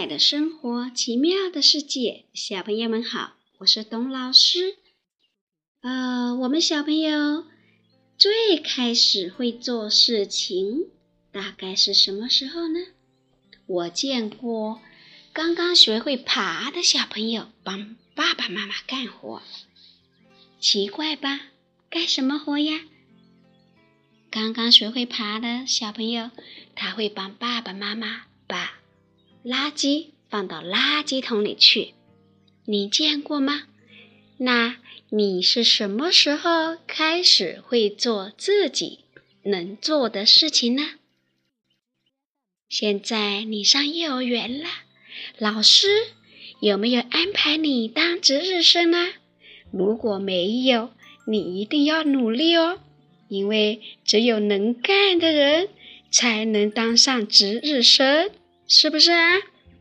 彩的生活，奇妙的世界，小朋友们好，我是董老师。我们小朋友最开始会做事情，大概是什么时候呢？我见过刚刚学会爬的小朋友帮爸爸妈妈干活，奇怪吧？干什么活呀？刚刚学会爬的小朋友，他会帮爸爸妈妈把垃圾放到垃圾桶里去，你见过吗？那你是什么时候开始会做自己能做的事情呢？现在你上幼儿园了，老师有没有安排你当值日生呢？如果没有，你一定要努力哦，因为只有能干的人才能当上值日生，是不是啊？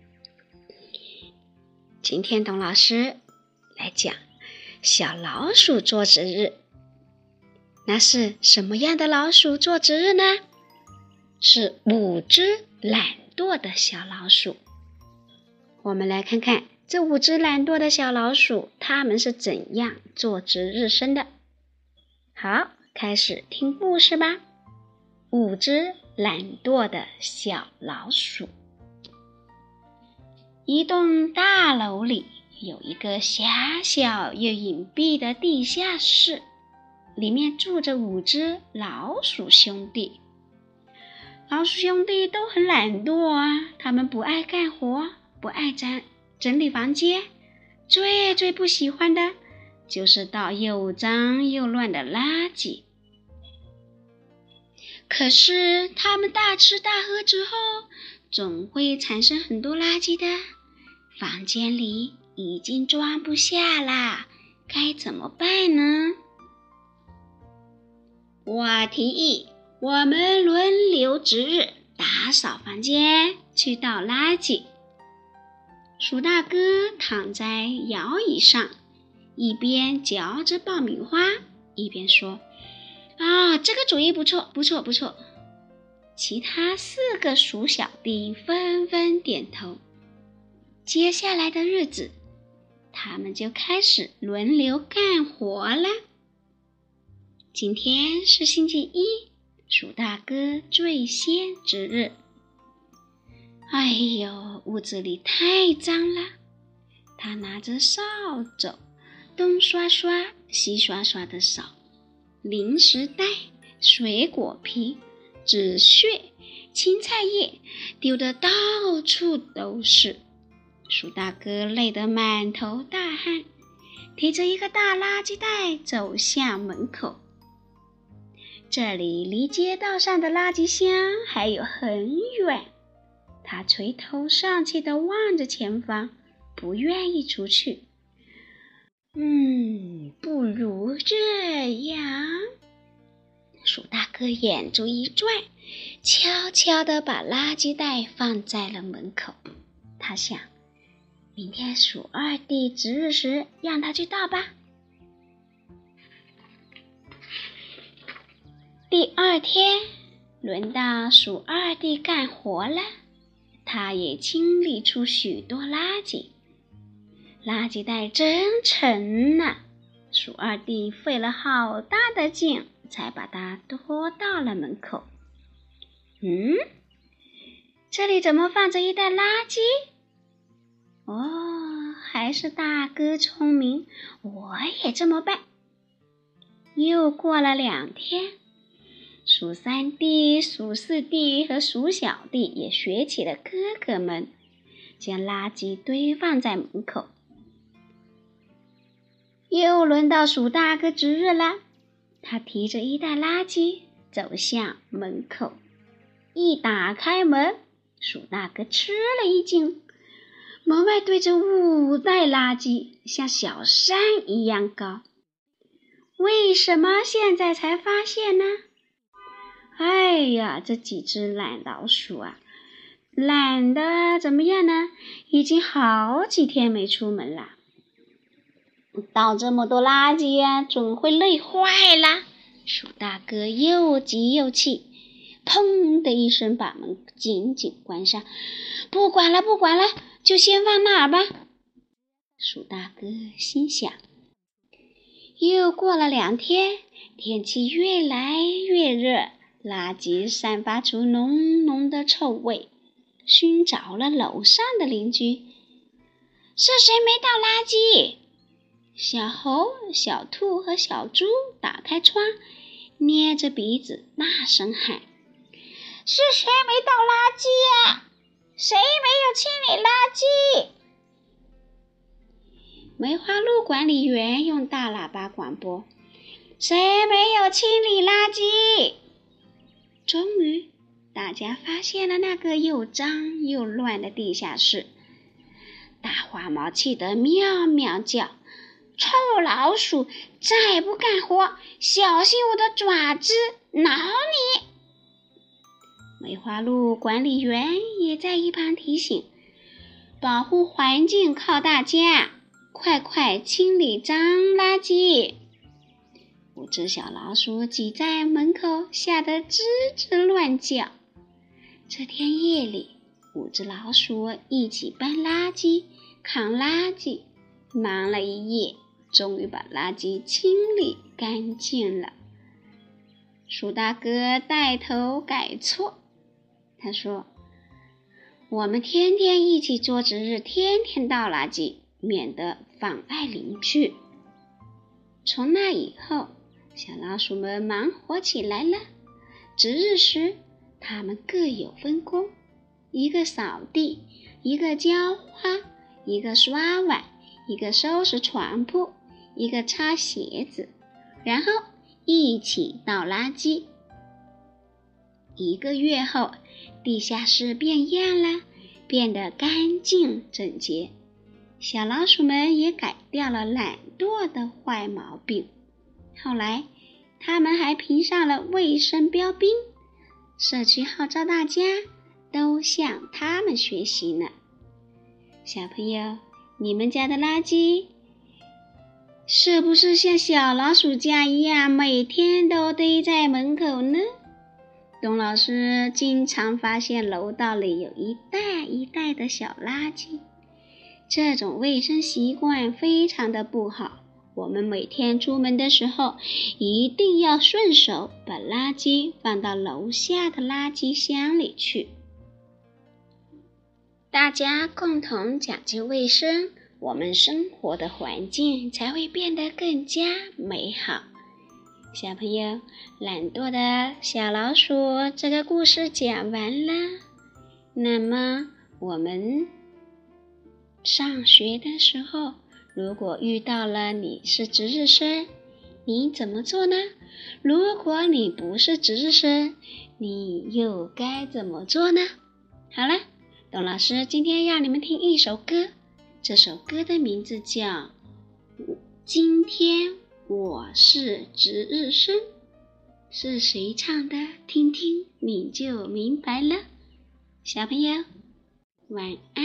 今天董老师来讲小老鼠做值日。那是什么样的老鼠做值日呢？是5只懒惰的小老鼠。我们来看看这5只懒惰的小老鼠，它们是怎样做值日生的。好，开始听故事吧。5只懒惰的小老鼠。一栋大楼里有一个狭小又隐蔽的地下室，里面住着5只老鼠兄弟。老鼠兄弟都很懒惰啊，他们不爱干活，不爱整理房间，最不喜欢的就是倒又脏又乱的垃圾。可是他们大吃大喝之后，总会产生很多垃圾的，房间里已经装不下啦，该怎么办呢？我提议我们轮流值日，打扫房间，去倒垃圾。鼠大哥躺在摇椅上，一边嚼着爆米花，一边说：这个主意不错。其他4个鼠小弟纷纷点头。接下来的日子，他们就开始轮流干活了。今天是星期一，鼠大哥最先值日。哎呦，屋子里太脏了，他拿着扫帚，东刷刷西刷刷的扫，零食袋、水果皮、纸屑、青菜叶丢得到处都是。鼠大哥累得满头大汗，提着一个大垃圾袋走向门口。这里离街道上的垃圾箱还有很远，他垂头丧气地望着前方，不愿意出去。不如这样。鼠大哥眼珠一转，悄悄地把垃圾袋放在了门口。他想，明天鼠二弟值日时让他去倒吧。第2天，轮到鼠二弟干活了，他也清理出许多垃圾。垃圾袋真沉呐，鼠二弟费了好大的劲才把它拖到了门口。这里怎么放着一袋垃圾？还是大哥聪明，我也这么办。又过了2天，鼠3弟、鼠4弟和鼠小弟也学起了哥哥们，将垃圾堆放在门口。又轮到鼠大哥值日啦，他提着一袋垃圾走向门口。一打开门，鼠大哥吃了一惊，门外堆着5袋垃圾，像小山一样高。为什么现在才发现呢？哎呀，这几只懒老鼠啊，懒得怎么样呢？已经好几天没出门了。倒这么多垃圾呀，总会累坏啦。鼠大哥又急又气，砰的一声把门紧紧关上。不管了， 就先放那儿吧。鼠大哥心想。又过了2天，天气越来越热，垃圾散发出浓浓的臭味，熏着了楼上的邻居。是谁没倒垃圾？小猴、小兔和小猪打开窗，捏着鼻子大声喊：是谁没倒垃圾呀？谁没有清理垃圾？梅花鹿管理员用大喇叭广播：谁没有清理垃圾？终于，大家发现了那个又脏又乱的地下室。大花猫气得喵喵叫：臭老鼠，再不干活，小心我的爪子挠你！梅花鹿管理员也在一旁提醒：保护环境靠大家，快快清理脏垃圾！5只小老鼠挤在门口，吓得吱吱乱叫。这天夜里，5只老鼠一起搬垃圾、扛垃圾，忙了一夜，终于把垃圾清理干净了。鼠大哥带头改错，他说：我们天天一起做值日，天天倒垃圾，免得妨碍邻居。从那以后，小老鼠们忙活起来了。值日时，他们各有分工，一个扫地，一个浇花，一个刷碗，一个收拾床铺，一个擦鞋子，然后一起倒垃圾。1个月后，地下室变样了，变得干净整洁。小老鼠们也改掉了懒惰的坏毛病。后来，他们还评上了卫生标兵，社区号召大家都向他们学习呢。小朋友，你们家的垃圾是不是像小老鼠家一样，每天都堆在门口呢？董老师经常发现楼道里有一袋一袋的小垃圾，这种卫生习惯非常的不好。我们每天出门的时候，一定要顺手把垃圾放到楼下的垃圾箱里去。大家共同讲究卫生，我们生活的环境才会变得更加美好。小朋友，懒惰的小老鼠这个故事讲完了。那么我们上学的时候，如果遇到了你是值日生，你怎么做呢？如果你不是值日生，你又该怎么做呢？好了，董老师今天让你们听一首歌，这首歌的名字叫《今天我是值日生》，是谁唱的？听听你就明白了。小朋友，晚安。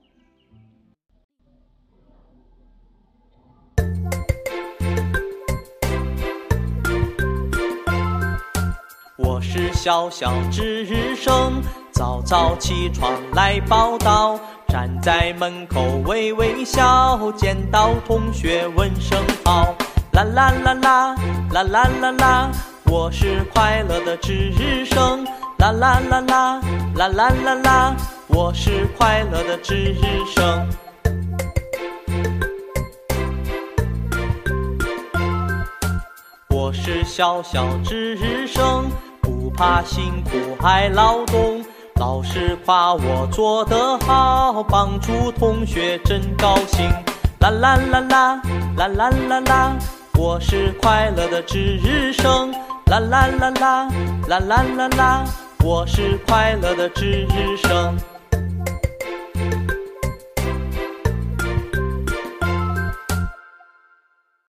我是小小值日生，早早起床来报到，站在门口微微笑，见到同学问声好。啦啦啦啦，啦啦啦啦，我是快乐的值日生。啦啦啦啦，啦啦啦啦，我是快乐的值日生。我是小小值日生，不怕辛苦爱劳动，老师夸我做得好，帮助同学真高兴。啦啦啦啦，啦啦啦啦，我是快乐的值日生。啦啦啦啦，啦啦啦啦，我是快乐的值日生。